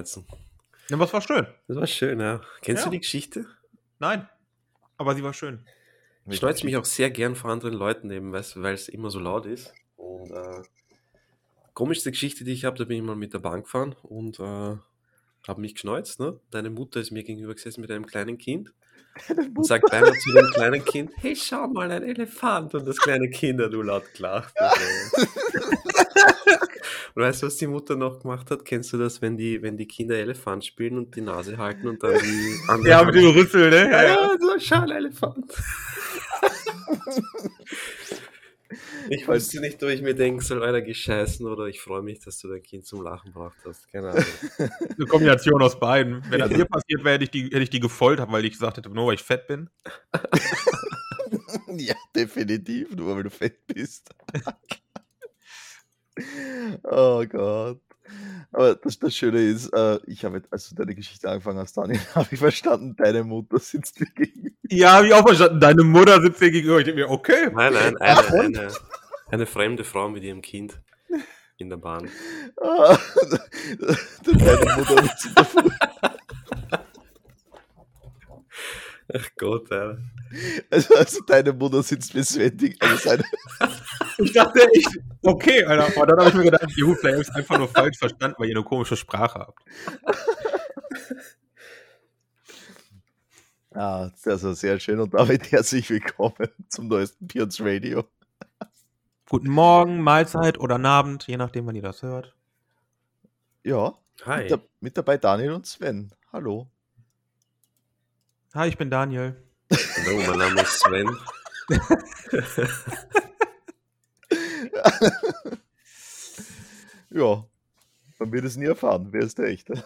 schneuzen. Ja, aber es war schön. Das war schön, ja. Kennst du die Geschichte? Nein, aber sie war schön. Ich schneuze mich auch sehr gern vor anderen Leuten eben, weißt du, weil es immer so laut ist. Und komischste Geschichte, die ich habe, da bin ich mal mit der Bahn gefahren und habe mich geschneuzt. Ne? Deine Mutter ist mir gegenüber gesessen mit einem kleinen Kind und sagt beinahe zu dem kleinen Kind, hey, schau mal, ein Elefant. Und das kleine Kind hat nur laut gelacht. Und weißt du, was die Mutter noch gemacht hat? Kennst du das, wenn die Kinder Elefant spielen und die Nase halten und dann die andere Ja, mit dem Rüssel, ne? Ja, so, schau, ein Elefant. Ich wusste nicht, ob ich mir denken soll, Alter, gescheißen, oder ich freue mich, dass du dein Kind zum Lachen gebracht hast. Keine Ahnung. Eine Kombination aus beiden. Wenn das dir passiert wäre, hätte ich die gefoltert, weil ich gesagt hätte, nur weil ich fett bin. Ja, definitiv, nur weil du fett bist. Oh Gott. Aber das Schöne ist, ich habe, als du deine Geschichte angefangen hast, Daniel, habe ich verstanden, deine Mutter sitzt dir gegenüber. Ja, habe ich auch verstanden. Deine Mutter sitzt dir gegenüber. Ich denke mir, okay. Nein, eine fremde Frau mit ihrem Kind in der Bahn. Deine Mutter sitzt davor. Ach Gott, Alter. Also deine Mutter sitzt mir Svendig. Ich dachte echt, okay, Alter. Aber dann habe ich mir gedacht, juhu, vielleicht habe ich es einfach nur falsch verstanden, weil ihr eine komische Sprache habt. Das war sehr schön und damit herzlich willkommen zum neuesten Pions Radio. Guten Morgen, Mahlzeit oder Abend, je nachdem, wann ihr das hört. Ja, Hi. mit dabei Daniel und Sven. Hallo. Hi, ich bin Daniel. Hallo, mein Name ist Sven. Ja, man wird es nie erfahren. Wer ist der Echte?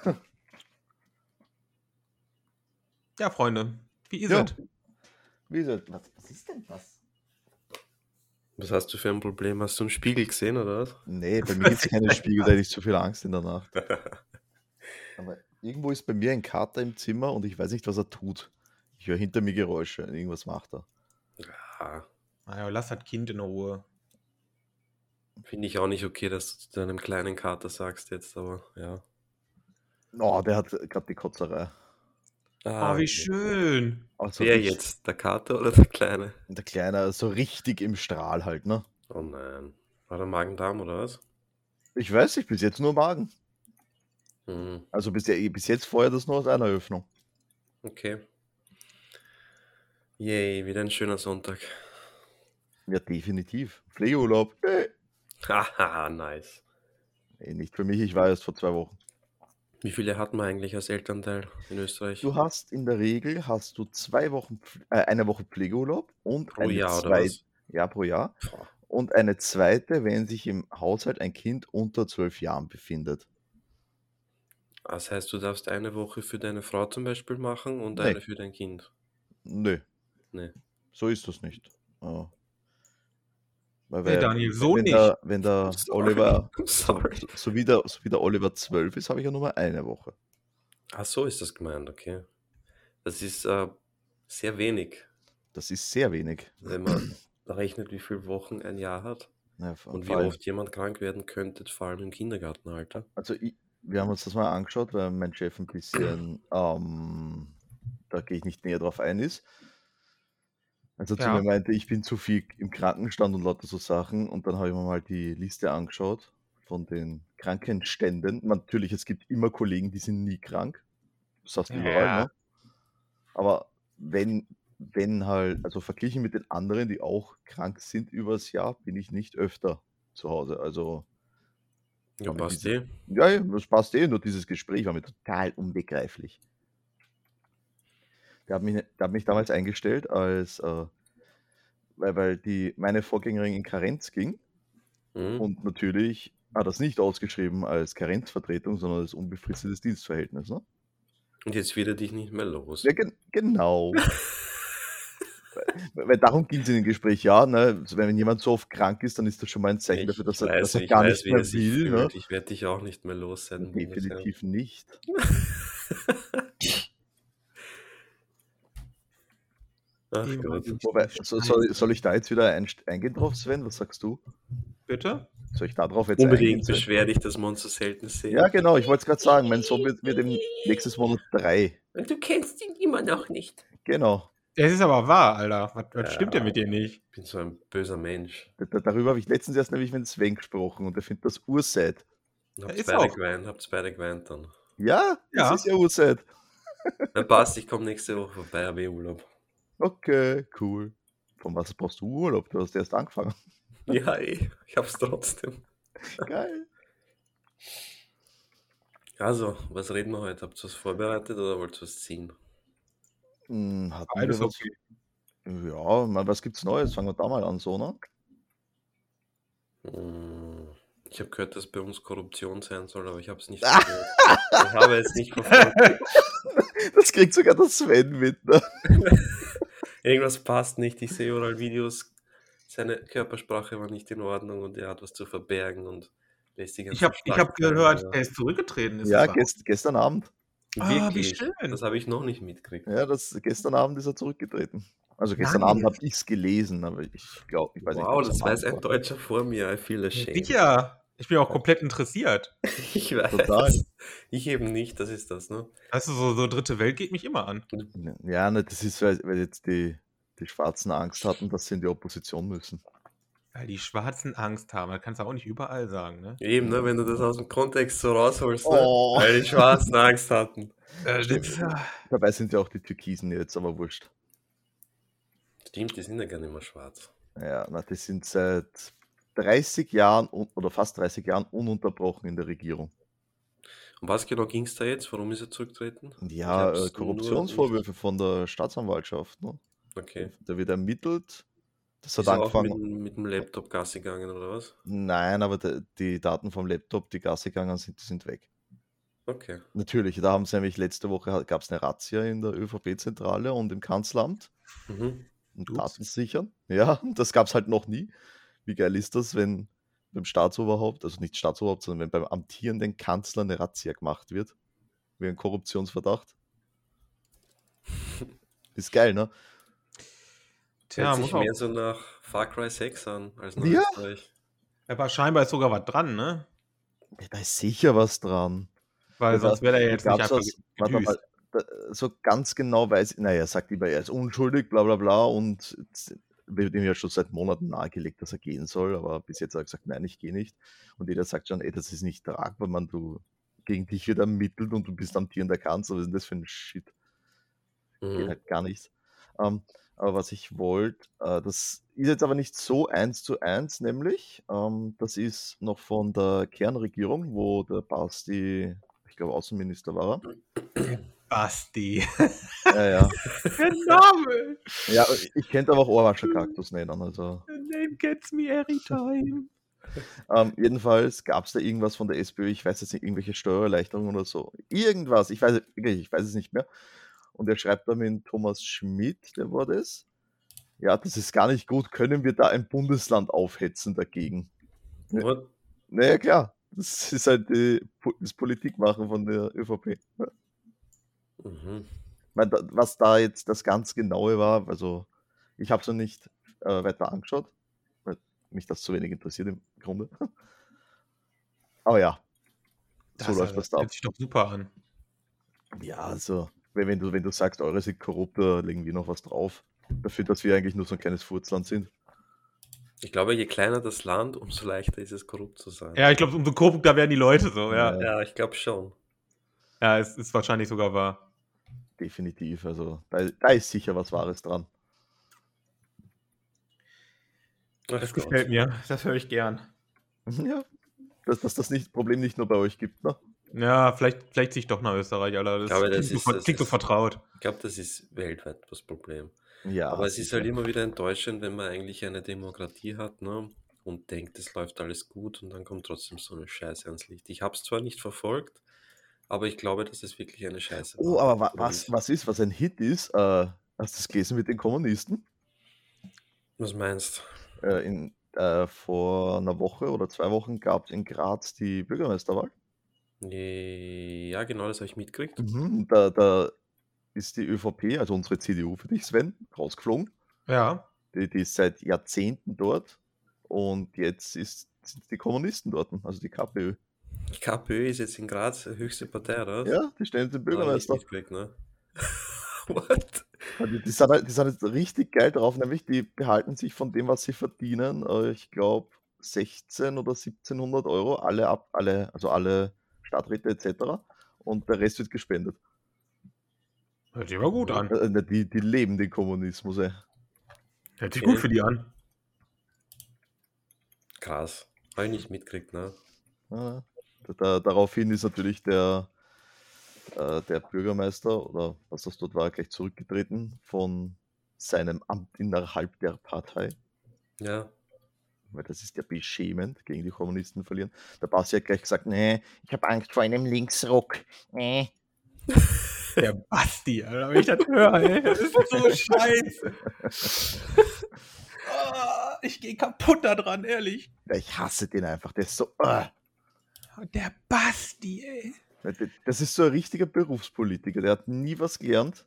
Ja, Freunde, wie ihr seid. Wie ist es? Was ist denn das? Was hast du für ein Problem? Hast du einen Spiegel gesehen, oder was? Nee, bei mir gibt es keine Spiegel, da hätte ich zu viel Angst in der Nacht. Aber irgendwo ist bei mir ein Kater im Zimmer und ich weiß nicht, was er tut. Ich höre hinter mir Geräusche und irgendwas macht er. Ja, Naja, lass das Kind in Ruhe. finde ich auch nicht okay, dass du zu deinem kleinen Kater sagst jetzt, aber ja. Oh, der hat gerade die Kotzerei. Oh, wie schön. Also Wer jetzt? Der Kater oder der Kleine? Der Kleine, so richtig im Strahl halt, ne? Oh nein. War der Magen-Darm oder was? Ich weiß nicht, bis jetzt nur Magen. Hm, Also bis jetzt vorher das nur aus einer Öffnung. okay. Yay, wieder ein schöner Sonntag. Ja, definitiv. Pflegeurlaub. Haha, nice. Nee, nicht für mich, ich war erst vor 2 Wochen. Wie viele hat man eigentlich als Elternteil in Österreich? Du hast in der Regel 2 Wochen, eine Woche Pflegeurlaub und Pro Jahr oder was? Ja, pro Jahr. Boah. Und eine zweite, wenn sich im Haushalt ein Kind unter 12 Jahren befindet. Das heißt, du darfst eine Woche für deine Frau zum Beispiel machen und Nee. eine für dein Kind. Nö, Nee. so ist das nicht. Ja. Weil Nee, Daniel, so wenn nicht. wenn der Sorry. Oliver, Sorry. so wie der Oliver 12 ist, habe ich ja nur mal eine Woche. Ach so ist das gemeint, okay. Das ist sehr wenig, Das ist sehr wenig. wenn man rechnet, wie viele Wochen ein Jahr hat Ja, und wie vor allem- oft jemand krank werden könnte, vor allem im Kindergartenalter. Also wir haben uns das mal angeschaut, weil mein Chef ein bisschen, da gehe ich nicht näher drauf ein, ist. Also zu Ja. mir meinte, ich bin zu viel im Krankenstand und lauter so Sachen. Und dann habe ich mir mal die Liste angeschaut von den Krankenständen. Natürlich, es gibt immer Kollegen, die sind nie krank. Das hast du Ja. überall, ne? Aber wenn halt, also verglichen mit den anderen, die auch krank sind übers Jahr, bin ich nicht öfter zu Hause. Also Ja, Aber passt diese- eh. ja, das passt eh, nur dieses Gespräch war mir total unbegreiflich. Der hat mich damals eingestellt, als weil meine Vorgängerin in Karenz ging. Hm? Und natürlich hat er es nicht ausgeschrieben als Karenzvertretung, sondern als unbefristetes Dienstverhältnis. Ne? Und jetzt wird er dich nicht mehr los. Ja, genau. Weil darum ging es in dem Gespräch, ja. Ne? Also wenn jemand so oft krank ist, dann ist das schon mal ein Zeichen dafür, dass er gar nicht wie mehr er sich will. Ne? fühlt. Ich werde dich auch nicht mehr los sein. Definitiv nicht. Ach Gott. Wobei, soll ich da jetzt wieder eingehen drauf, Sven? Was sagst du? Bitte? Soll ich darauf jetzt eingehen? Unbedingt Sven? beschwer dich, dass wir uns so selten sehen. Ja, genau, ich wollte es gerade sagen. Mein Sohn wird im nächstes Monat 3. Und du kennst ihn immer noch nicht. Genau. Es ist aber wahr, Alter. Was stimmt denn mit dir nicht? Ich bin so ein böser Mensch. Darüber habe ich letztens erst nämlich mit Sven gesprochen und er findet das ursad. Habt ist beide auch. geweint, dann. Ja, das Ja. ist ja ursad. Na passt, ich komme nächste Woche vorbei, habe Urlaub. Okay, cool. Von was brauchst du Urlaub? Du hast erst angefangen. Ja, ich hab's trotzdem. Geil. Also, was reden wir heute? Habt ihr was vorbereitet oder wollt ihr was ziehen? Hatten Alles wir was? okay. Ja, mal, was gibt's Neues? Fangen wir da mal an, so, ne? Ich habe gehört, dass bei uns Korruption sein soll, aber ich habe es nicht gehört. Ich habe es nicht verfolgt. Das kriegt sogar der Sven mit, ne? Irgendwas passt nicht. Ich sehe überall Videos. Seine Körpersprache war nicht in Ordnung und er hat was zu verbergen und lässt die Ich ganzen hab Schlagzeilen, gehört, ja. er ist zurückgetreten. Ist Ja, das wahr? gestern Abend. Ah, wie Wirklich? schön. Das habe ich noch nicht mitgekriegt. Ja, gestern Abend ist er zurückgetreten. Also gestern Nice. Abend habe ich es gelesen, aber ich glaube, ich weiß nicht, Wow, ob's das am weiß Abend ein war. Deutscher vor mir. I feel ashamed. Sicher. Ich bin auch komplett interessiert. Ich weiß. Total. Ich eben nicht, das ist das, ne? Weißt du, so dritte Welt geht mich immer an. Ja, ne, das ist, weil jetzt die Schwarzen Angst hatten, dass sie in die Opposition müssen. Weil die Schwarzen Angst haben. Das kannst du auch nicht überall sagen, ne? Eben, ne, wenn du das aus dem Kontext so rausholst, ne? Oh. Weil die Schwarzen Angst hatten. Dabei sind ja auch die Türkisen jetzt, aber wurscht. Stimmt, die sind ja gar nicht mehr schwarz. Ja, na, die sind seit 30 Jahren oder fast 30 Jahren ununterbrochen in der Regierung. Um was genau ging es da jetzt? Warum ist er zurückgetreten? Ja, Ich hab's Korruptionsvorwürfe von der Staatsanwaltschaft. Ne? Okay. Da wird ermittelt. Das hat Ist er auch angefangen. mit dem Laptop Gas gegangen oder was? Nein, aber die Daten vom Laptop, die Gas gegangen sind, die sind weg. Okay. Natürlich, da haben sie nämlich letzte Woche gab es eine Razzia in der ÖVP-Zentrale und im Kanzleramt. Mhm. Und Ups. Daten sichern. Ja, das gab es halt noch nie. Wie geil ist das, wenn beim Staatsoberhaupt, also nicht Staatsoberhaupt, sondern wenn beim amtierenden Kanzler eine Razzia gemacht wird? Wie ein Korruptionsverdacht. Ist geil, ne? Tja, Hört muss sich auch. mehr so nach Far Cry 6 an als nach Ja. Österreich. Aber scheinbar ist sogar was dran, ne? Ja, da ist sicher was dran. Weil Ja, sonst wäre der jetzt nicht gab's einfach warte gedüst. mal, so ganz genau weiß ich, naja, er sagt lieber, er ist unschuldig, bla bla bla, und wird ihm ja schon seit Monaten nahegelegt, dass er gehen soll, aber bis jetzt hat er gesagt, nein, ich gehe nicht. Und jeder sagt schon, ey, das ist nicht tragbar, man, gegen dich wird ermittelt und du bist amtierender Kanzler, was ist denn das für ein Shit? Geht Mhm. halt gar nichts. Aber was ich wollte, das ist jetzt aber nicht so 1:1, nämlich, das ist noch von der Kernregierung, wo der Basti, ich glaube, Außenminister war er. Basti. Ja. Der Name. Ja, ich könnte aber auch Ohrwaschelkaktus nennen. Also. The name gets me every time. Jedenfalls gab es da irgendwas von der SPÖ, ich weiß jetzt nicht, irgendwelche Steuererleichterungen oder so. Irgendwas, ich weiß es nicht mehr. Und er schreibt da mit Thomas Schmidt, der war das. Ja, das ist gar nicht gut. Können wir da ein Bundesland aufhetzen dagegen? What? Naja, klar. Das ist halt das Politikmachen von der ÖVP. Mhm. Ich meine, was da jetzt das ganz Genaue war, also ich habe es noch nicht weiter angeschaut, weil mich das zu wenig interessiert im Grunde. Aber ja, so läuft das da ab. Hört sich doch super an. Ja, also, wenn du sagst, eure sind korrupt, da legen wir noch was drauf. Dafür, dass wir eigentlich nur so ein kleines Furzland sind. Ich glaube, je kleiner das Land, umso leichter ist es, korrupt zu sein. Ja, ich glaube, umso korrupter werden die Leute so, ja. Ja, ich glaube schon. Ja, es ist wahrscheinlich sogar wahr. Definitiv, also da ist sicher was Wahres dran. Ach Das Gott. gefällt mir. Das höre ich gern. Ja, dass das Problem nicht nur bei euch gibt, ne? Ja, vielleicht ziehe ich doch nach Österreich, Alter. Das glaube, das klingt so ist- vertraut. Ich glaube, das ist weltweit das Problem. Ja, Aber es ist sicher. halt immer wieder enttäuschend, wenn man eigentlich eine Demokratie hat, ne? Und denkt, es läuft alles gut und dann kommt trotzdem so eine Scheiße ans Licht. Ich habe es zwar nicht verfolgt, aber ich glaube, dass es wirklich eine Scheiße Oh, war. aber was ein Hit ist, hast du das gelesen mit den Kommunisten? Was meinst Vor einer Woche oder 2 Wochen gab es in Graz die Bürgermeisterwahl. du? Ja, genau, das habe ich mitgekriegt. Da ist die ÖVP, also unsere CDU für dich, Sven, rausgeflogen. Ja. Die ist seit Jahrzehnten dort und jetzt ist sind die Kommunisten dort, also die KPÖ. Die KPÖ ist jetzt in Graz höchste Partei, oder was? Ja, die stellen den Hab ich nicht Bürgermeister. mitgekriegt, ne? What? Die sind jetzt richtig geil drauf, nämlich die behalten sich von dem, was sie verdienen, ich glaube 16 oder 1700 Euro, also alle Stadträte etc. Und der Rest wird gespendet. Hört sich aber gut an. Die leben den Kommunismus, ey. Hört sich gut für die an. Krass. Habe ich nicht mitgekriegt, ne? Ja, daraufhin ist natürlich der Bürgermeister oder was das dort war, gleich zurückgetreten von seinem Amt innerhalb der Partei. Ja. Weil das ist ja beschämend, gegen die Kommunisten verlieren. Der Bassi hat gleich gesagt, nee, ich habe Angst vor einem Linksruck. Nee. Der Basti, Alter, wenn ich das höre, ey. Das ist so scheiße. Ich gehe kaputt da dran, ehrlich. Ja, ich hasse den einfach, der ist so... Der Basti, ey. Das ist so ein richtiger Berufspolitiker, der hat nie was gelernt.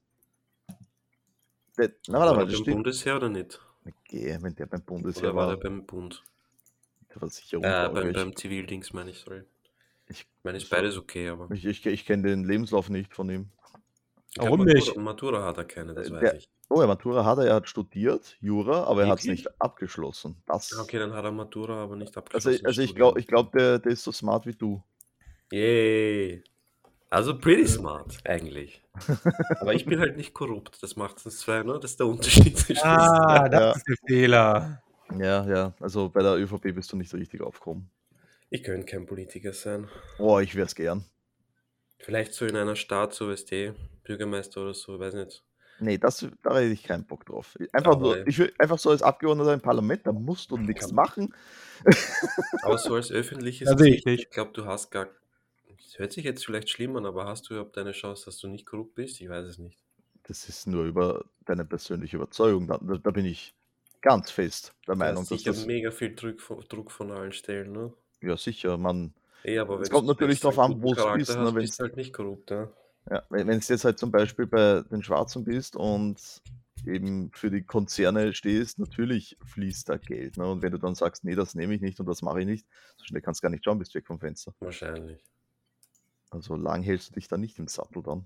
War warte mal, der beim Bundesheer oder nicht? Okay, wenn der beim Bundesheer Oder war war, der beim Bund? der war sicher Beim unglaublich. Zivildings meine ich, sorry. Ich meine, ist beides okay, aber. Ich kenne den Lebenslauf nicht von ihm. Ich glaub, Warum nicht? Matura hat er keine, das weiß ich. Oh, Matura hat er hat studiert, Jura, aber er hat es Wirklich? nicht abgeschlossen. Okay, dann hat er Matura, aber nicht abgeschlossen. Also ich glaube, der ist so smart wie du. Yay. Also pretty smart, eigentlich. Aber ich bin halt nicht korrupt, das macht uns zwei, ne? Das ist der Unterschied zwischen uns. Das ist der Fehler. Ja, also bei der ÖVP bist du nicht so richtig aufgekommen. Ich könnte kein Politiker sein. Oh, ich wär's gern. Vielleicht so in einer Stadt, so Bürgermeister oder so, weiß nicht. Nee, da hätte ich keinen Bock drauf. Ich will einfach so als Abgeordneter im Parlament, da musst du nichts machen. Aber so als öffentliches Da sehe ich nicht. Ich glaube, du hast gar... Das hört sich jetzt vielleicht schlimm an, aber hast du überhaupt eine Chance, dass du nicht korrupt bist? Ich weiß es nicht. Das ist nur über deine persönliche Überzeugung. Da bin ich ganz fest der Meinung, dass das... mega viel Druck von allen Stellen, ne? Ja, sicher, aber es kommt natürlich darauf an, wo es bist. Ne, bist halt nicht korrupt, ja. Ja, wenn es jetzt halt zum Beispiel bei den Schwarzen bist und eben für die Konzerne stehst, natürlich fließt da Geld. Ne? Und wenn du dann sagst, nee, das nehme ich nicht und das mache ich nicht, so schnell kannst du gar nicht schauen, bist weg vom Fenster. Wahrscheinlich. Also lang hältst du dich da nicht im Sattel dann.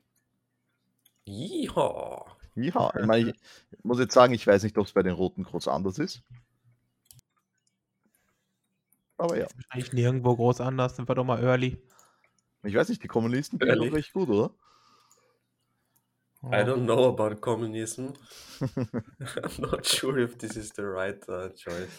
Ja, ich meine, ich muss jetzt sagen, ich weiß nicht, ob es bei den Roten groß anders ist. Aber ja. Eigentlich nirgendwo groß anders, sind wir doch mal early. Ich weiß nicht, die Kommunisten gehen doch recht gut, oder? I don't know about communism. I'm not sure if this is the right choice.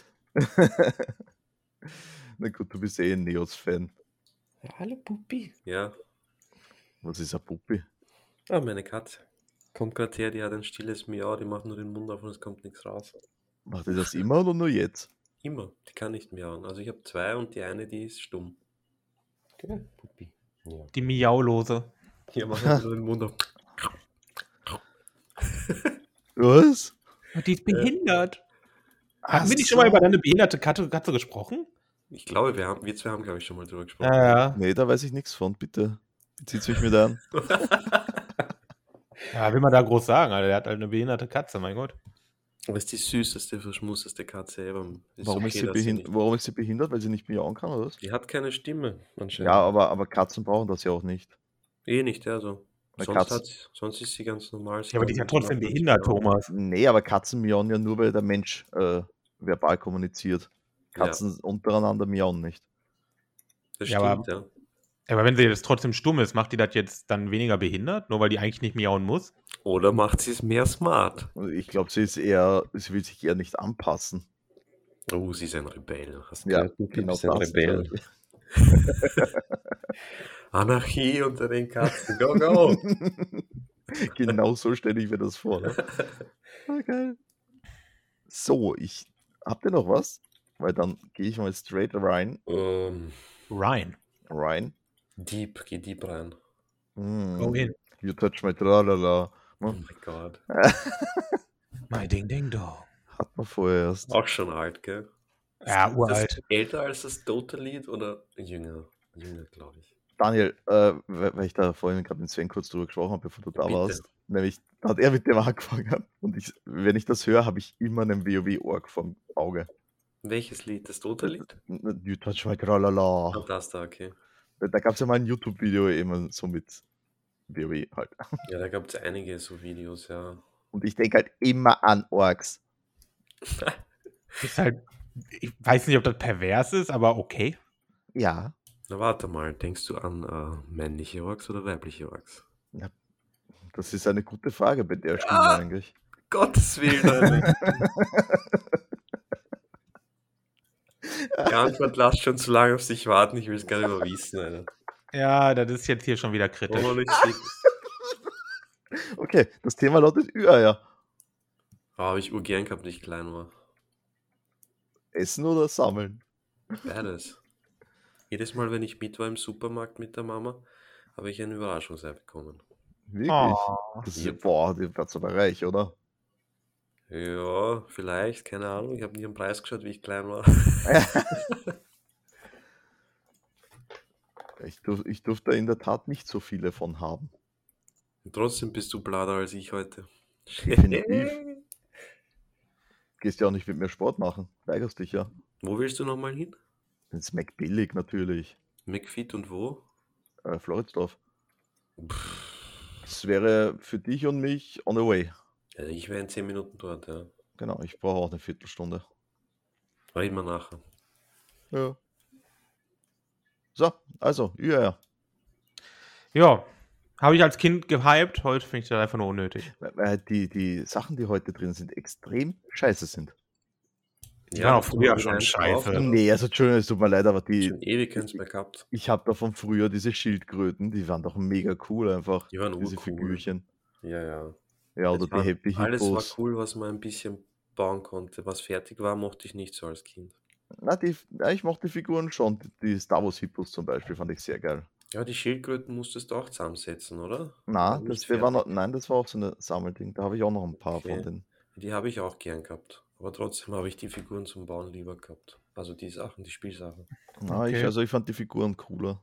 Na gut, du bist ein Neos-Fan. Hallo Puppi. Ja. Was ist ein Puppi? Ah, meine Katze. Kommt gerade her, die hat ein stilles Miau, die macht nur den Mund auf und es kommt nichts raus. Macht die das immer oder nur jetzt? Immer. Die kann nicht miauen. Also ich habe 2 und die eine, die ist stumm. Okay, Puppi. Ja. Die Miaulose. Hier macht nur den Mund auf. Was? Die ist behindert. Haben wir nicht schon mal über deine behinderte Katze gesprochen? Ich glaube, wir zwei haben, glaube ich, schon mal drüber gesprochen. Ja. Nee, da weiß ich nichts von. Bitte, bezieht mich mit an. Ja, will man da groß sagen, Alter. Der hat halt eine behinderte Katze, mein Gott. Aber ist die süßeste, verschmusseste Katze ever. Warum ist sie behindert? Weil sie nicht miauen kann, oder was? Die hat keine Stimme, anscheinend. Ja, aber Katzen brauchen das ja auch nicht. Nicht, ja, so. Sonst ist sie ganz normal. Ja, aber die ist ja trotzdem behindert, Thomas. Nee, aber Katzen miauen ja nur, weil der Mensch verbal kommuniziert. Katzen untereinander miauen nicht. Das stimmt, ja. Aber wenn sie jetzt trotzdem stumm ist, macht die das jetzt dann weniger behindert? Nur weil die eigentlich nicht miauen muss? Oder macht sie es mehr smart? Ich glaube, sie will sich eher nicht anpassen. Oh, sie ist ein Rebell. Hast du Ja, gehört? Du genau bist ein Rebell. Anarchie unter den Katzen. Go, go! Genau so stelle ich mir das vor. Ne? Okay. So, habt ihr noch was? Weil dann gehe ich mal straight rein. Rein? Geh deep rein. Go in. You touch my tralala. Oh mein Gott. My Ding Ding Dong. Hat man vorher erst. Auch schon alt, gell? Ja, uralt. Ist das älter als das Total-Lied oder jünger? Jünger, glaube ich. Daniel, weil ich da vorhin gerade mit Sven kurz drüber gesprochen habe, bevor du da warst, nämlich hat er mit dem angefangen. Und wenn ich das höre, habe ich immer einen WoW-Org vom Auge. Welches Lied? Das tote Lied? You touch my tralala. Oh, das da, okay. Da gab es ja mal ein YouTube-Video eben so mit WoW halt. Ja, da gab es einige so Videos, ja. Und ich denke halt immer an Orks. Ist halt, ich weiß nicht, ob das pervers ist, aber okay. Ja. Na, warte mal, denkst du an männliche Orks oder weibliche Orks? Das ist eine gute Frage bei der Stimme Ja. eigentlich. Gottes Willen, Alter. Die Antwort lasst schon zu lange auf sich warten, ich will es gar nicht mehr wissen, Alter. Ja, das ist jetzt hier schon wieder kritisch. Oh, nicht schick. Okay, das Thema lautet Ü-Eier. Habe ich urgern gehabt, wie ich klein war. Essen oder sammeln? Beides. Jedes Mal, wenn ich mit war im Supermarkt mit der Mama, habe ich ein Überraschungsei bekommen. Wirklich? Oh. Das ist, Yep. boah, die wird aber reich, oder? Ja, vielleicht, keine Ahnung. Ich habe nie am Preis geschaut, wie ich klein war. Ich durfte in der Tat nicht so viele von haben. Und trotzdem bist du blader als ich heute. Definitiv. Gehst ja auch nicht mit mir Sport machen. Weigerst dich ja. Wo willst du nochmal hin? Ins McBillig natürlich. McFit und wo? Floridsdorf. Das wäre für dich und mich on the way. Ja, ich wäre in 10 Minuten dort, ja. Genau, ich brauche auch eine Viertelstunde. Reden wir nachher. Ja. So, also, ja. Ja, habe ich als Kind gehypt, heute finde ich das einfach nur unnötig. Weil die Sachen, die heute drin sind, extrem scheiße sind. Die waren auch das früher war schon eins scheiße. drauf, Nee, also Entschuldigung, es tut mir leid, aber Schon ewig keins mehr gehabt. ich habe davon früher diese Schildkröten, die waren doch mega cool einfach. Die waren diese urcool. Figürchen. Ja, ja. Ja, oder Es die waren- Happy Alles war Hippos. cool, was man ein bisschen bauen konnte. Was fertig war, mochte ich nicht so als Kind. Na, ich mochte die Figuren schon. Die Star Wars Hippos zum Beispiel fand ich sehr geil. Ja, die Schildkröten musstest du auch zusammensetzen, oder? Na, Waren nicht nein, das war auch so ein Sammelding. Da habe ich auch noch ein paar Okay. von den. Die habe ich auch gern gehabt. Aber trotzdem habe ich die Figuren zum Bauen lieber gehabt. Also die Sachen, die Spielsachen. Na, Okay. ich fand die Figuren cooler.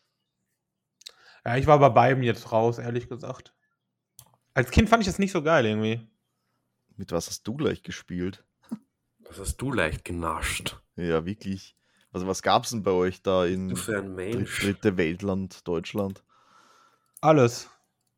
Ja, ich war bei beiden jetzt raus, ehrlich gesagt. Als Kind fand ich das nicht so geil irgendwie. Mit was hast du gleich gespielt? Das hast du leicht genascht. Ja, wirklich. Also was gab's denn bei euch da Du in für ein Mensch. dritte Weltland, Deutschland? Alles.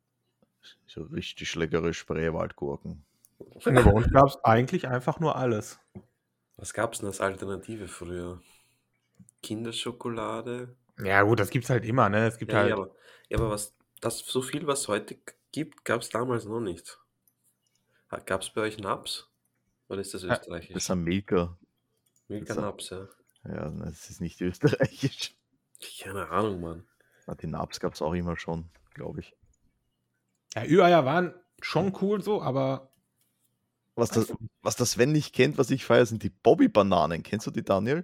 So richtig leckere Spreewaldgurken. Ja, bei uns gab es eigentlich einfach nur alles. Was gab es denn als Alternative früher? Kinderschokolade? Ja, gut, das gibt's halt immer, ne? Es gibt Ja, halt. aber so viel, was heute gibt, gab es damals noch nicht. Gab es bei euch Naps? Oder ist das Ja, österreichisch? Das sind Milka. Milka das- Naps, ja. Ja, das ist nicht österreichisch. Keine Ahnung, Mann. Na, die Naps gab's auch immer schon, glaube ich. Ja, Ü-Eier waren schon cool so, aber. Was das Sven nicht kennt, was ich feiere, sind die Bobby-Bananen. Kennst du die, Daniel?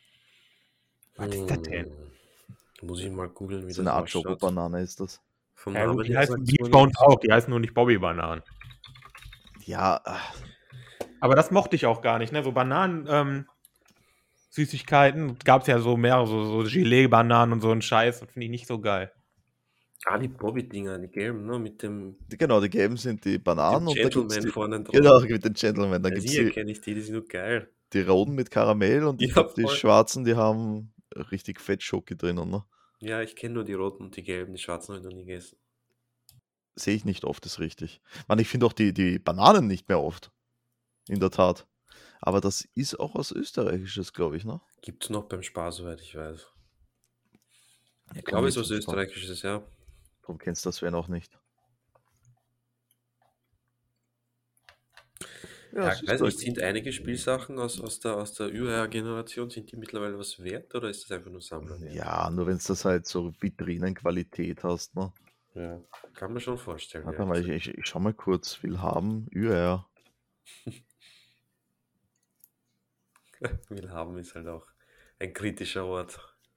Was ist das denn? Muss ich mal googeln, wie So das eine Art ausschaut. Schokobanane ist das. Vom Ja, Namen gut, die her heißen sagt's die mir bei uns nichts. auch, die heißen nur nicht Bobby-Bananen. Ja, Aber das mochte ich auch gar nicht, ne? So Bananen, Süßigkeiten gab es ja so mehrere, so Gelee-Bananen und so ein Scheiß, das finde ich nicht so geil. Ah, die Bobby-Dinger, die gelben, ne? Mit dem genau, die gelben sind die Bananen und da gibt's Gentleman die, vorne drauf. genau, mit den Gentlemen. Da Ja, gibt's sicher die, kenne ich die sind nur geil. die roten mit Karamell und ich Ja, glaub, die voll. schwarzen, die haben richtig fett Schoki drinnen. Ne? Ja, ich kenne nur die roten und die gelben, die schwarzen habe ich noch nie gegessen. Sehe ich nicht oft, ist richtig. Man, ich finde auch die Bananen nicht mehr oft. In der Tat. Aber das ist auch was Österreichisches, glaube ich, ne? Gibt es noch beim Spar, soweit ich weiß. Ich Komm glaube, es mit ist was zum Spar. Österreichisches, ja. Darum kennst du das Sven auch nicht. Ja, es ich ist weiß nicht, doch- sind einige Spielsachen aus der Ü-Generation, sind die mittlerweile was wert oder ist das einfach nur Sammler? Ja, nur wenn du das halt so Vitrinenqualität hast, ne? Ja, kann man schon vorstellen. Warte mal, ich schau mal kurz, will haben, Ü-Eier. Will haben ist halt auch ein kritischer Ort.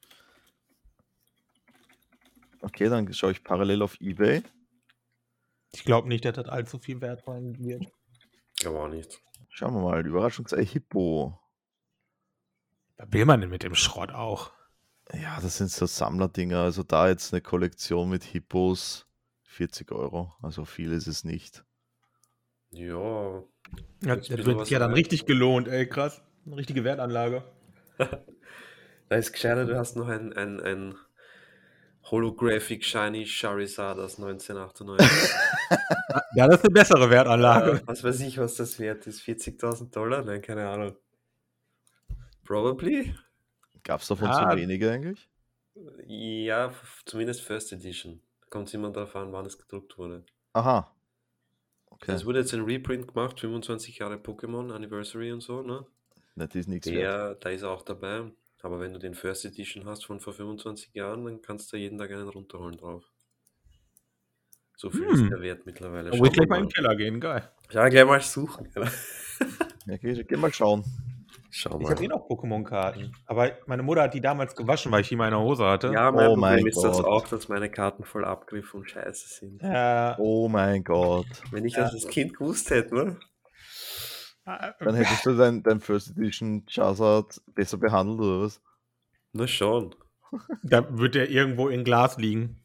Okay, dann schaue ich parallel auf eBay. Ich glaube nicht, dass das allzu viel wert sein wird. Aber auch nicht. Schauen wir mal, Überraschungsei Hippo. Was will man denn mit dem Schrott auch? Ja, das sind so Sammlerdinger. Also da jetzt eine Kollektion mit Hippos, 40 €. Also viel ist es nicht. Ja, Ja, Jetzt das bisschen wird was sich ja dann wert. richtig gelohnt, ey, krass. Eine richtige Wertanlage. Da ist gescheiter, du hast noch ein Holographic Shiny Charizard aus 1998. Ja, das ist eine bessere Wertanlage. Was weiß ich, was das wert ist. $40.000? Nein, keine Ahnung. Probably? Gab es davon Ah. zu wenige eigentlich? Ja, zumindest First Edition. Kommt immer darauf an, wann es gedruckt wurde. Aha. Okay. Es wurde jetzt ein Reprint gemacht, 25 Jahre Pokémon Anniversary und so, ne? Das ist nichts wert. Da ist er auch dabei. Aber wenn du den First Edition hast von vor 25 Jahren, dann kannst du jeden Tag einen runterholen drauf. So viel ist der Wert mittlerweile. Da muss ich gleich mal in den Keller gehen, geil. Ja, gleich mal suchen. Ja, geh mal schauen. Schau Ich mal. habe noch Pokémon-Karten. Aber meine Mutter hat die damals gewaschen, weil ich die mal in der Hose hatte. Ja, mein Oh mein Problem ist das Gott. auch, dass meine Karten voll Abgriff und scheiße sind. Oh mein Gott. Wenn ich das als Kind gewusst hätte, ne? Dann hättest du dein First Edition Charizard besser behandelt, oder was? Na schon. Da wird der irgendwo in Glas liegen.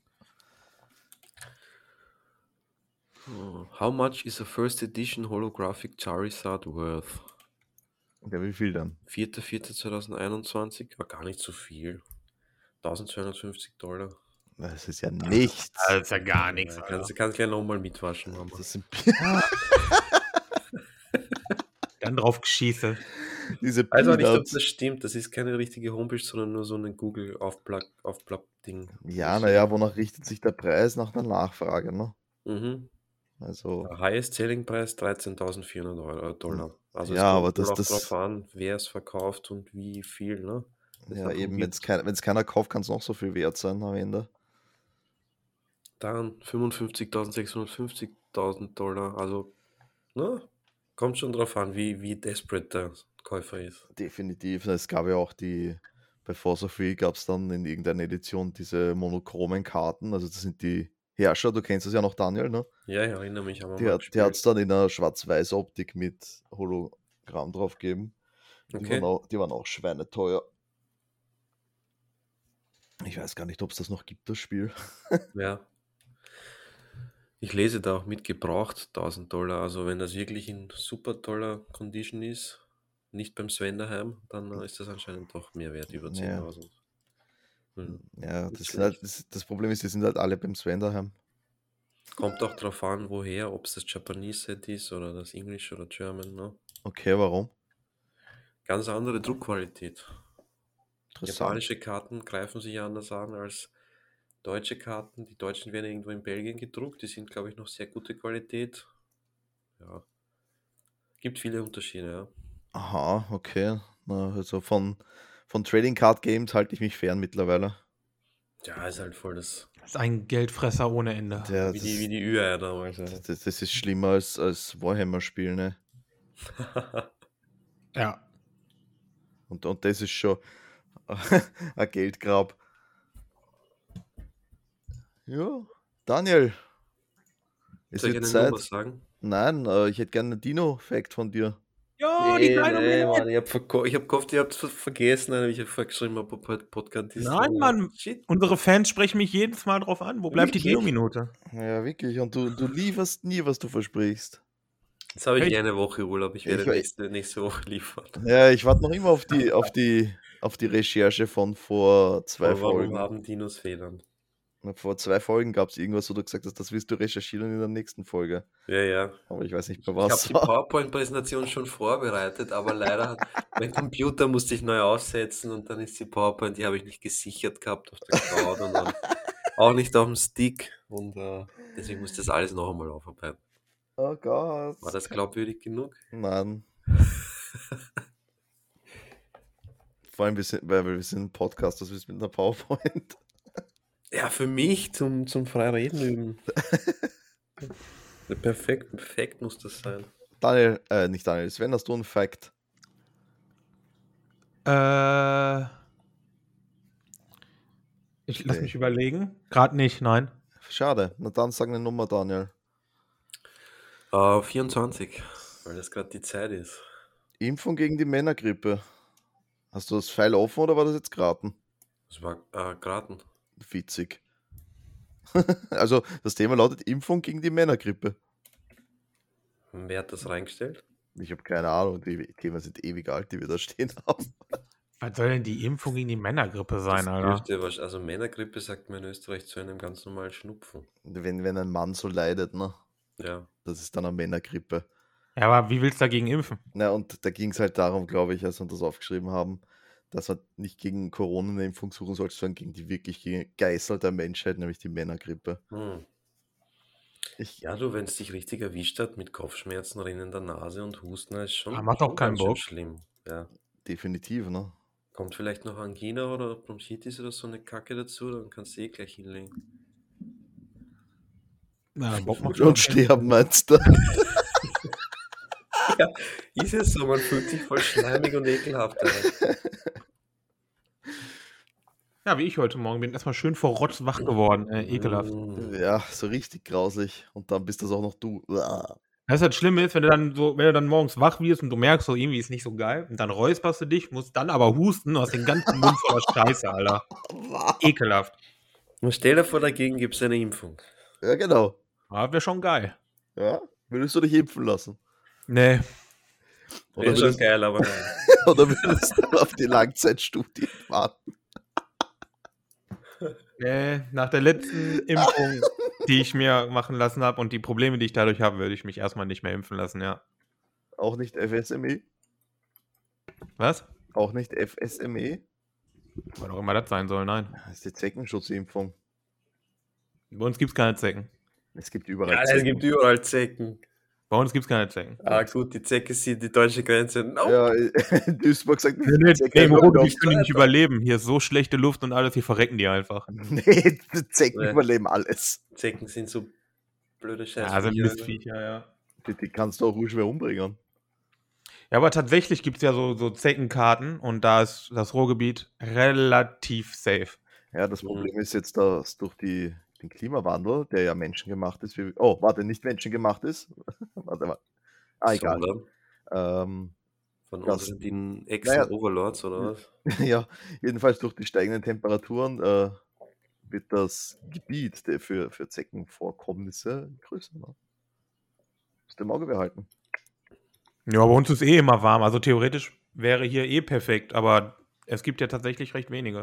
How much is a First Edition Holographic Charizard worth? Ja, wie viel dann? 4.4.2021? War gar nicht so viel. $1.250. Das ist ja nichts. Das ist ja gar nichts. Ja, kannst gleich nochmal mitwaschen, Mama. Das sind Dann drauf geschieße. diese Also nicht, ob Peanuts. das stimmt. Das ist keine richtige Homepage, sondern nur so ein Google-Aufplapp-Ding. Ja, naja, wonach richtet sich der Preis? Nach der Nachfrage, ne? Mhm. Also, Der Highest Selling Preis $13.400. Also Ja, es aber kommt das- wohl auch das- drauf an, wer es verkauft und wie viel, ne? Das ja, davon eben, wenn gibt's. es keiner kauft, kann es noch so viel wert sein am Ende. Dann $55.650.000. Also, ne? Kommt schon drauf an, wie desperate der Käufer ist. Definitiv. Es gab ja auch bei Force of Free gab es dann in irgendeiner Edition diese monochromen Karten. Also das sind die Herrscher, du kennst das ja noch, Daniel, ne? Ja, ich erinnere mich, haben wir Die mal hat gespielt. es dann in einer Schwarz-Weiß-Optik mit Hologramm drauf gegeben. Okay. Die waren auch schweineteuer. Ich weiß gar nicht, ob es das noch gibt, das Spiel. Ja. Ich lese da auch mit gebraucht $1.000. Also wenn das wirklich in super toller Condition ist, nicht beim Sven daheim, dann ist das anscheinend doch mehr wert, über Ja. 10.000. Mhm. Ja, Nicht das Problem ist, die sind halt alle beim Sven daheim. Kommt auch drauf an, woher, ob es das Japanese Set ist oder das English oder German. Ne? Okay, warum? Ganz andere Druckqualität. Interessant. Japanische Karten greifen sich anders an als deutsche Karten. Die deutschen werden irgendwo in Belgien gedruckt. Die sind, glaube ich, noch sehr gute Qualität. Ja. Gibt viele Unterschiede, ja. Aha, okay. Na, also von Trading Card Games halte ich mich fern mittlerweile. Ja, ist halt voll das. Das ist ein Geldfresser ohne Ende. Ja, Wie die Ü-Eier damals. Ja. das ist schlimmer als Warhammer-Spiel, ne? Ja. Und das ist schon ein Geldgrab. Ja, Daniel. Es Soll ich wird eine Zeit. Nummer sagen? Nein, ich hätte gerne einen Dino-Fact von dir. Ja, die kleine Mann, ich hab gehofft, ihr habt es vergessen, aber ich habe vorgeschrieben, Podcast ist. Nein, Mann. Shit. Unsere Fans sprechen mich jedes Mal drauf an. Wo bleibt die Wirklich? Dino-Minute? Ja, wirklich. Und du lieferst nie, was du versprichst. Jetzt habe ich Hey. eine Woche Urlaub. Ich werde nächste Woche liefern. Ja, ich warte noch immer auf die Recherche von vor 2 Aber warum Folgen. haben Dinos Federn? Vor 2 Folgen gab es irgendwas, wo du gesagt hast, das willst du recherchieren in der nächsten Folge. Ja, ja. Aber ich weiß nicht mehr Ich habe was. die PowerPoint-Präsentation schon vorbereitet, aber leider mein Computer musste ich neu aussetzen und dann ist die PowerPoint, die habe ich nicht gesichert gehabt auf der Cloud und dann auch nicht auf dem Stick und deswegen musste das alles noch einmal aufarbeiten. Oh Gott. War das glaubwürdig genug? Nein. Vor allem, weil wir sind ein Podcast, das ist mit einer PowerPoint. Ja, für mich zum Freireden üben. Perfekt muss das sein. Daniel, nicht Daniel, Sven, hast du einen Fact? Ich lass mich überlegen. Gerade nicht, nein. Schade. Na dann sag eine Nummer, Daniel. 24, weil das gerade die Zeit ist. Impfung gegen die Männergrippe. Hast du das Pfeil offen oder war das jetzt geraten? Das war geraten. Witzig. Also das Thema lautet Impfung gegen die Männergrippe. Wer hat das reingestellt? Ich habe keine Ahnung, die Themen sind ewig alt, die wir da stehen haben. Was soll denn die Impfung gegen die Männergrippe sein, Das Alter? dürfte also Männergrippe sagt man in Österreich zu einem ganz normalen Schnupfen. Wenn ein Mann so leidet, ne? Ja. Das ist dann eine Männergrippe. Ja, aber wie willst du dagegen impfen? Na, und da ging es halt darum, glaube ich, als wir das aufgeschrieben haben, dass man nicht gegen Corona eine Impfung suchen sollte, sondern gegen die wirkliche Geißel der Menschheit, nämlich die Männergrippe. Ja, du, wenn es dich richtig erwischt hat mit Kopfschmerzen, rinnender Nase und Husten, ist schon, Macht doch schon keinen ganz schön Bock. schlimm. Ja. Definitiv, ne? Kommt vielleicht noch Angina oder Bronchitis oder so eine Kacke dazu, dann kannst du gleich hinlegen. Ja, Bock macht Und sterben, meinst du? Ja, ist es so, man fühlt sich voll schleimig und ekelhaft. Ja, wie ich heute Morgen bin erstmal schön vor Rotz wach geworden. Ekelhaft. Ja, so richtig grausig. Und dann bist das auch noch du. Uah. Das halt Schlimme ist, wenn du dann morgens wach wirst und du merkst, so irgendwie ist nicht so geil, und dann räusperst du dich, musst dann aber husten, du hast den ganzen Mund voller Scheiße, Alter. Ekelhaft. Und stell dir vor, dagegen gibt es eine Impfung. Ja, genau. Aber wäre schon geil. Ja, würdest du dich impfen lassen? Nee. Wäre schon geil, aber nein. Oder würdest du auf die Langzeitstudie warten? Nee, nach der letzten Impfung, die ich mir machen lassen habe und die Probleme, die ich dadurch habe, würde ich mich erstmal nicht mehr impfen lassen, ja. Auch nicht FSME? Was? Auch nicht FSME? Was auch immer das sein soll, nein. Das ist die Zeckenschutzimpfung. Bei uns gibt es keine Zecken. Es gibt überall Ja, es Zecken. gibt überall Zecken. Bei uns gibt es keine Zecken. Ah, gut, die Zecke sind die deutsche Grenze. Nope. Ja, in Duisburg sagt Nee, Zecke im einfach Ruhrgebiet auf- können die nicht überleben. Hier ist so schlechte Luft und alles, hier verrecken die einfach. Nee, die Zecken Nee. überleben alles. Zecken sind so blöde Scheiße. Ja, sind Mistviecher, ja. Die kannst du auch ruhig schwer umbringen. Ja, aber tatsächlich gibt es ja so Zeckenkarten und da ist das Ruhrgebiet relativ safe. Ja, das Problem ist jetzt, dass durch den Klimawandel, der ja menschengemacht ist, nicht menschengemacht ist. Warte mal. Egal. Sondern von das- unseren den naja. Echsen-Overlords, oder was? Ja, jedenfalls durch die steigenden Temperaturen wird das Gebiet für Zeckenvorkommnisse größer. Ne? Musst du im Auge behalten. Ja, bei uns ist eh immer warm. Also theoretisch wäre hier eh perfekt, aber es gibt ja tatsächlich recht wenige.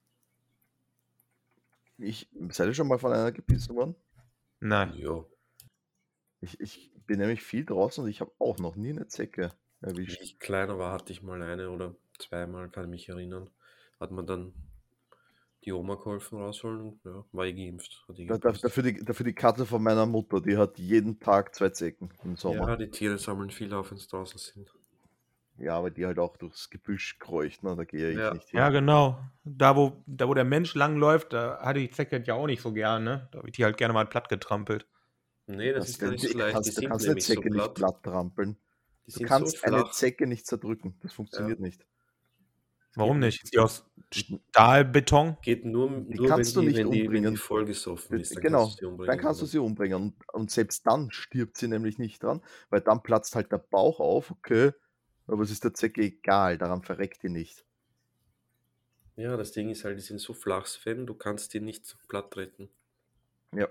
Seid ihr schon mal von einer gebissen worden? Nein. Ja. Ich bin nämlich viel draußen und ich habe auch noch nie eine Zecke Wie erwischt. ich kleiner war, hatte ich mal eine oder zweimal, kann ich mich erinnern. Hat man dann die Oma geholfen rausholen und ja, war ich geimpft. Hat ich gepasst. Dafür die Katze von meiner Mutter, die hat jeden Tag 2 Zecken im Sommer. Ja, die Tiere sammeln viel auf, wenn sie draußen sind. Ja, aber die halt auch durchs Gebüsch kreucht, ne? Da gehe ich Ja. nicht hin. Ja, genau. Da, wo der Mensch langläuft, da hat die Zecke ja auch nicht so gern, ne? Da wird die halt gerne mal platt getrampelt. Nee, das ist gar nicht so leicht. Die Du sind kannst eine nämlich so Zecke nicht platt. platt trampeln. Die Du sind kannst so eine flach. Zecke nicht zerdrücken. Das funktioniert nicht. Warum nicht? Ist die aus Stahlbeton? Geht nur, Die nur kannst du nicht wenn die umbringen. vollgesoffen ist. Dann Genau, kannst du sie umbringen. dann kannst du sie umbringen. Und selbst dann stirbt sie nämlich nicht dran, weil dann platzt halt der Bauch auf, okay, aber es ist der Zecke egal, daran verreckt die nicht. Ja, das Ding ist halt, die sind so flach, Sven, du kannst die nicht platt treten. Ja.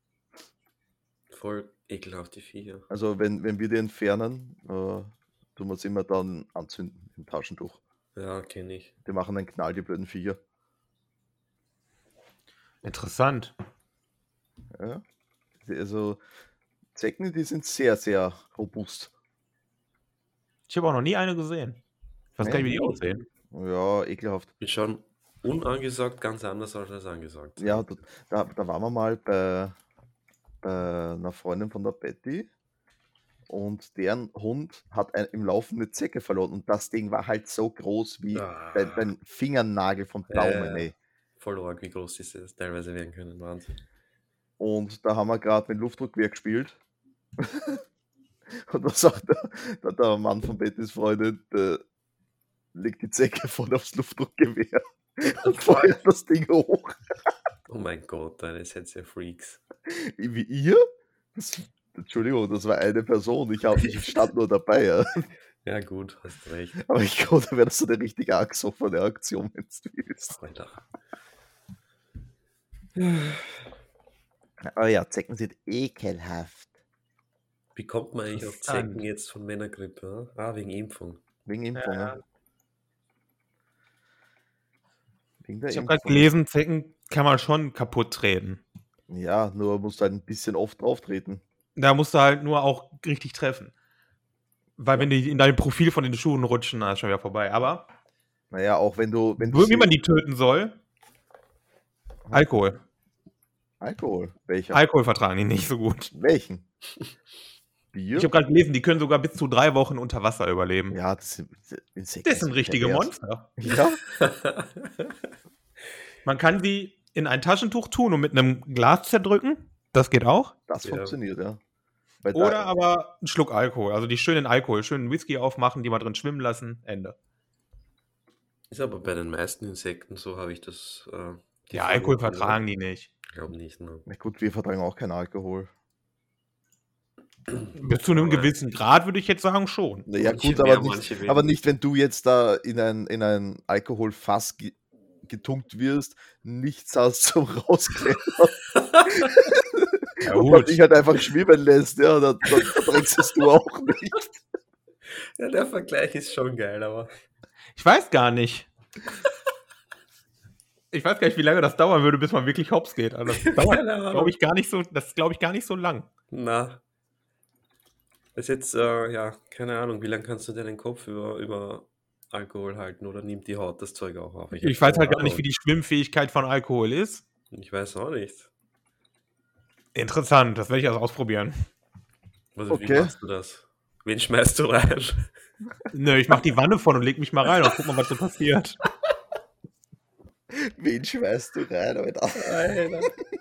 Voll ekelhaft, die Viecher. Also wenn wir die entfernen, tun wir es immer dann anzünden im Taschentuch. Ja, kenne ich. Die machen einen Knall, die blöden Viecher. Interessant. Ja. Also Zecken, die sind sehr, sehr robust. Ich habe auch noch nie eine gesehen. Ich weiß gar nicht, wie die aussehen. Ja, ekelhaft. Die schauen unangesagt ganz anders als angesagt. Ja, da waren wir mal bei einer Freundin von der Betty und deren Hund hat im Laufen eine Zecke verloren und das Ding war halt so groß wie dein Fingernagel vom Daumen, ey. Voll arg, wie groß das teilweise werden können, Wahnsinn. Und da haben wir gerade mit Luftdruckgewehr gespielt. Und da sagt der Mann von Bettys Freundin, der legt die Zecke voll aufs Luftdruckgewehr und feuert das Ding hoch. Oh mein Gott, ihr seid ja Freaks. Wie ihr? Entschuldigung, das war eine Person. Ich stand nur dabei. Ja. Ja gut, hast recht. Aber ich glaube, da wäre das so eine richtige angesoffene Aktion, wenn du willst. Alter. Aber ja, Zecken sind ekelhaft. Wie kommt man eigentlich auf Interessant. Zecken jetzt von Männergrippe? Wegen Impfung. Wegen Impfung, Ja. ne? Wegen der Ich habe gerade Impfung. gelesen, Zecken kann man schon kaputt treten. Ja, nur musst du halt ein bisschen oft drauf treten. Da musst du halt nur auch richtig treffen. Weil wenn die in dein Profil von den Schuhen rutschen, dann ist schon wieder vorbei. Aber Naja, auch wenn du wie man die töten soll, Alkohol. Alkohol. Welcher? Alkohol vertragen die nicht so gut. Welchen? Bier? Ich habe gerade gelesen, die können sogar bis zu 3 Wochen unter Wasser überleben. Ja, das sind Insekten. Das sind richtige pervers. Monster. Ja, Man kann sie in ein Taschentuch tun und mit einem Glas zerdrücken. Das geht auch. das Ja. funktioniert, ja. Weil Oder aber einen Schluck Alkohol. Also die schönen Alkohol, schönen Whisky aufmachen, die mal drin schwimmen lassen. Ende. Ist aber bei den meisten Insekten so, habe ich das. Die Ja, Alkohol Frage- vertragen die nicht. Ich glaube nicht, ne? Na gut, wir vertragen auch keinen Alkohol. Bis zu einem gewissen Grad würde ich jetzt sagen schon. Naja, Manche gut, mehr, aber manche nicht, weniger. aber nicht, wenn du jetzt da in ein Alkoholfass getunkt wirst, nichts hast zum Rausklettern Ja, und man gut. dich halt einfach schwimmen lässt, ja, dann verdrängst es du auch nicht. Ja, der Vergleich ist schon geil, aber. Ich weiß gar nicht. Ich weiß gar nicht, wie lange das dauern würde, bis man wirklich hops geht. Also das dauert, Keine Ahnung. glaube ich, gar nicht so, das ist, glaube ich, gar nicht so lang. Na. Das ist jetzt, keine Ahnung, wie lange kannst du dir den Kopf über Alkohol halten oder nimmt die Haut das Zeug auch auf? Ich weiß halt gar nicht, wie die Schwimmfähigkeit von Alkohol ist. Ich weiß auch nicht. Interessant, das werde ich also ausprobieren. Also, wie Okay. machst du das? Wen schmeißt du rein? Nö, ich mache die Wanne von und leg mich mal rein und guck mal, was so passiert. Wen schmeißt du rein, Alter? Alter.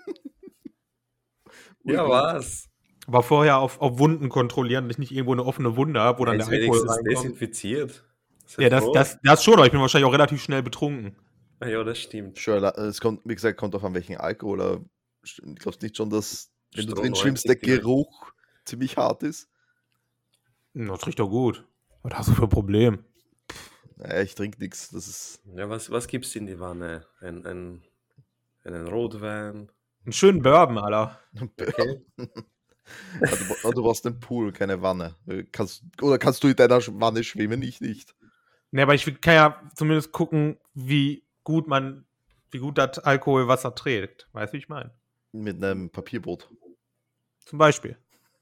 Ja, was? Aber vorher auf Wunden kontrollieren, dass ich nicht irgendwo eine offene Wunde habe, wo dann der Ist Alkohol wenigstens reinkommt. desinfiziert. Sei Ja, froh. das schon, aber ich bin wahrscheinlich auch relativ schnell betrunken. Ah, ja, das stimmt. Sure, es kommt, wie gesagt, kommt auf an welchen Alkohol. Aber ich glaube nicht schon, dass, wenn du Stroh drin schwimmst, der 90 vielleicht. Geruch ziemlich hart ist. Das riecht doch gut. Was hast du für ein Problem? Naja, ich trinke nichts. Das ist. Ja, was gibt's in die Wanne? Einen Rotwein? Einen schönen Bourbon, Alter. Okay. Du brauchst einen Pool, keine Wanne. Kannst du in deiner Wanne schwimmen? Ich nicht. Ne, aber ich kann ja zumindest gucken, wie gut das Alkoholwasser trägt. Weißt du, wie ich meine? Mit einem Papierboot. Zum Beispiel.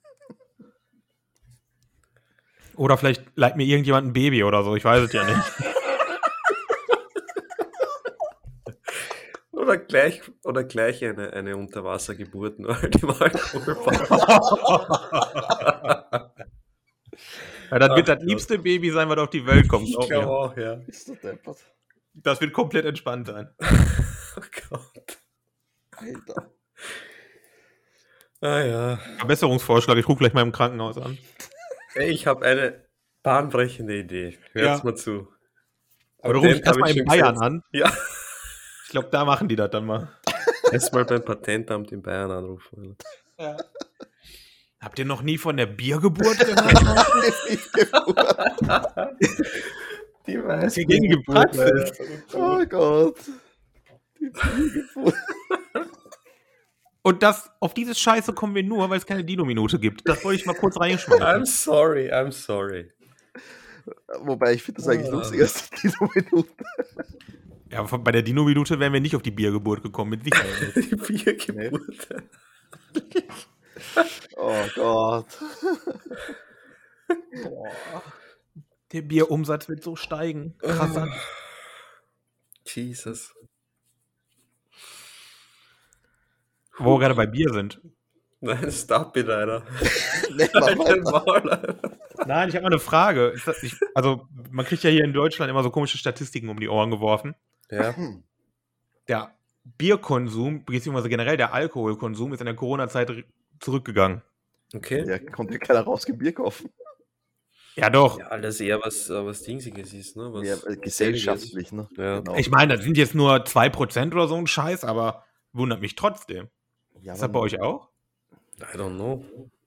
Oder vielleicht leiht mir irgendjemand ein Baby oder so, ich weiß es ja nicht. Oder gleich eine Unterwassergeburt, nur halt im Alkoholbad. Ja, das wird Ach das liebste Baby sein, was auf die Welt kommt. Ich glaub glaube mir. auch, ja. Bist du deppert? Das wird komplett entspannt sein. Oh Gott. Alter. Ah ja. Verbesserungsvorschlag, ich rufe gleich mal im Krankenhaus an. Ey, ich habe eine bahnbrechende Idee. Hört's Ja. mal zu. Aber du rufst Patent hab erstmal ich in schon Bayern gesetzt. an. Ja. Ich glaube, da machen die das dann mal. Erstmal beim Patentamt in Bayern anrufen. Ja. Habt ihr noch nie von der Biergeburt gehört? Die weiß Die gängige Praxis. Oh Gott. Die Biergeburt. Und auf diese Scheiße kommen wir nur, weil es keine Dino-Minute gibt. Das wollte ich mal kurz reinschmeißen. I'm sorry. Wobei, ich finde das eigentlich lustiger als die Minuten. Ja, bei der Dino-Minute wären wir nicht auf die Biergeburt gekommen, mit Sicherheit nicht. Die Biergeburt. Oh Gott. Der Bierumsatz wird so steigen. Krass. Jesus. Wo wir gerade bei Bier sind. Nein, stop it, Alter. Nee, mach Halt den weiter. Maul, Alter. Nein, ich habe mal eine Frage. Also, man kriegt ja hier in Deutschland immer so komische Statistiken um die Ohren geworfen. Ja. Der Bierkonsum, beziehungsweise generell der Alkoholkonsum, ist in der Corona-Zeit zurückgegangen. Okay. Ja, konnte keiner rausgehen Bier kaufen. Ja, doch. Ja, das eher was Dingsiges ist, ne? Was Ja, gesellschaftlich, ne? Ja. Genau. Ich meine, das sind jetzt nur 2% oder so ein Scheiß, aber wundert mich trotzdem. Ja, Ist das bei euch auch? I don't know.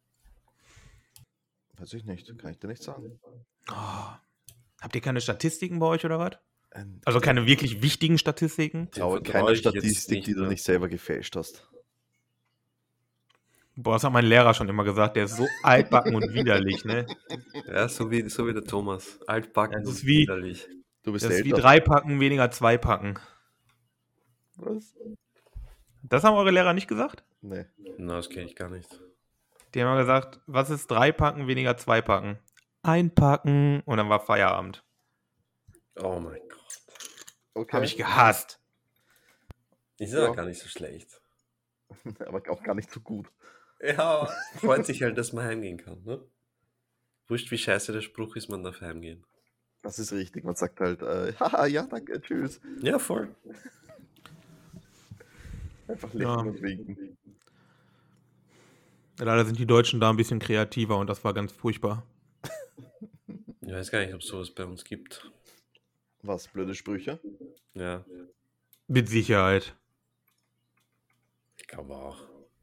Weiß ich nicht, kann ich dir nicht sagen. Oh. Habt ihr keine Statistiken bei euch oder was? Ein- Also keine wirklich wichtigen Statistiken? Ich glaube, vertraue keine ich jetzt Statistik, nicht, die du ne? nicht selber gefälscht hast. Boah, das hat mein Lehrer schon immer gesagt, der ist so altbacken und widerlich, ne? Ja, so wie der Thomas. Altbacken Das ist und wie, widerlich. Du bist das ist wie älter. 3 Packen weniger 2 Packen. Was? Das haben eure Lehrer nicht gesagt? Nee. Na, das kenne ich gar nicht. Die haben mal gesagt, was ist 3 Packen weniger 2 Packen? Einpacken und dann war Feierabend. Oh mein Gott. Okay. Habe ich gehasst. Ist Ja. aber gar nicht so schlecht. Aber auch gar nicht so gut. Ja, freut sich halt, dass man heimgehen kann, ne? Wurscht, wie scheiße der Spruch ist, man darf heimgehen. Das ist richtig. Man sagt halt, haha, ja, danke, tschüss. Ja, voll. Einfach lächeln Ja. und winken. Leider sind die Deutschen da ein bisschen kreativer und das war ganz furchtbar. Ich weiß gar nicht, ob es sowas bei uns gibt. Was, blöde Sprüche? Ja, Mit Sicherheit. ich glaube auch.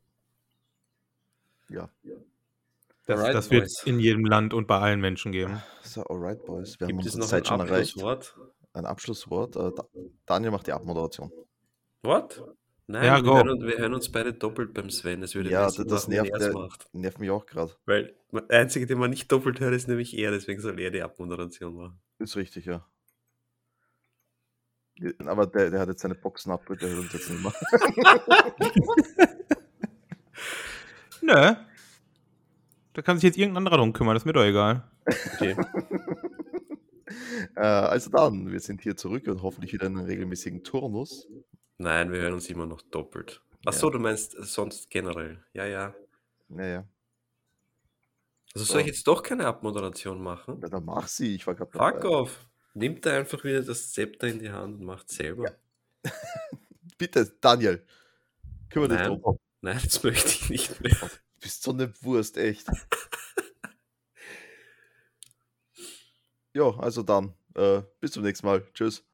Ja. Alright, Das wird Boys. in jedem Land und bei allen Menschen geben. So, alright, Boys. Wir haben Gibt es unsere noch ein Zeit schon erreicht. Abschlusswort? Ein Abschlusswort. Daniel macht die Abmoderation. What? Nein, Ja, go. wir hören uns beide doppelt beim Sven. Das würde Ja, besser das machen, wenn er es nervt, macht. nervt mich auch gerade. Weil der Einzige, den man nicht doppelt hört, ist nämlich er. Deswegen soll er die Abmoderation machen. Ist richtig, ja. Aber der hat jetzt seine Boxen ab, der hört uns jetzt nicht mehr. Nö. Da kann sich jetzt irgendein anderer drum kümmern, das ist mir doch egal. Okay. Also dann, wir sind hier zurück und hoffentlich wieder in einem regelmäßigen Turnus. Nein, wir hören uns immer noch doppelt. Achso, du meinst sonst generell. Ja, ja. Naja, Also soll ich jetzt doch keine Abmoderation machen? na, dann mach sie, ich war gerade Fuck off. Nimmt er einfach wieder das Zepter in die Hand und macht selber. Bitte, Daniel, kümmere dich Nein. drum. Nein, das möchte ich nicht mehr. Du bist so eine Wurst, echt. Ja, also dann, bis zum nächsten Mal. Tschüss.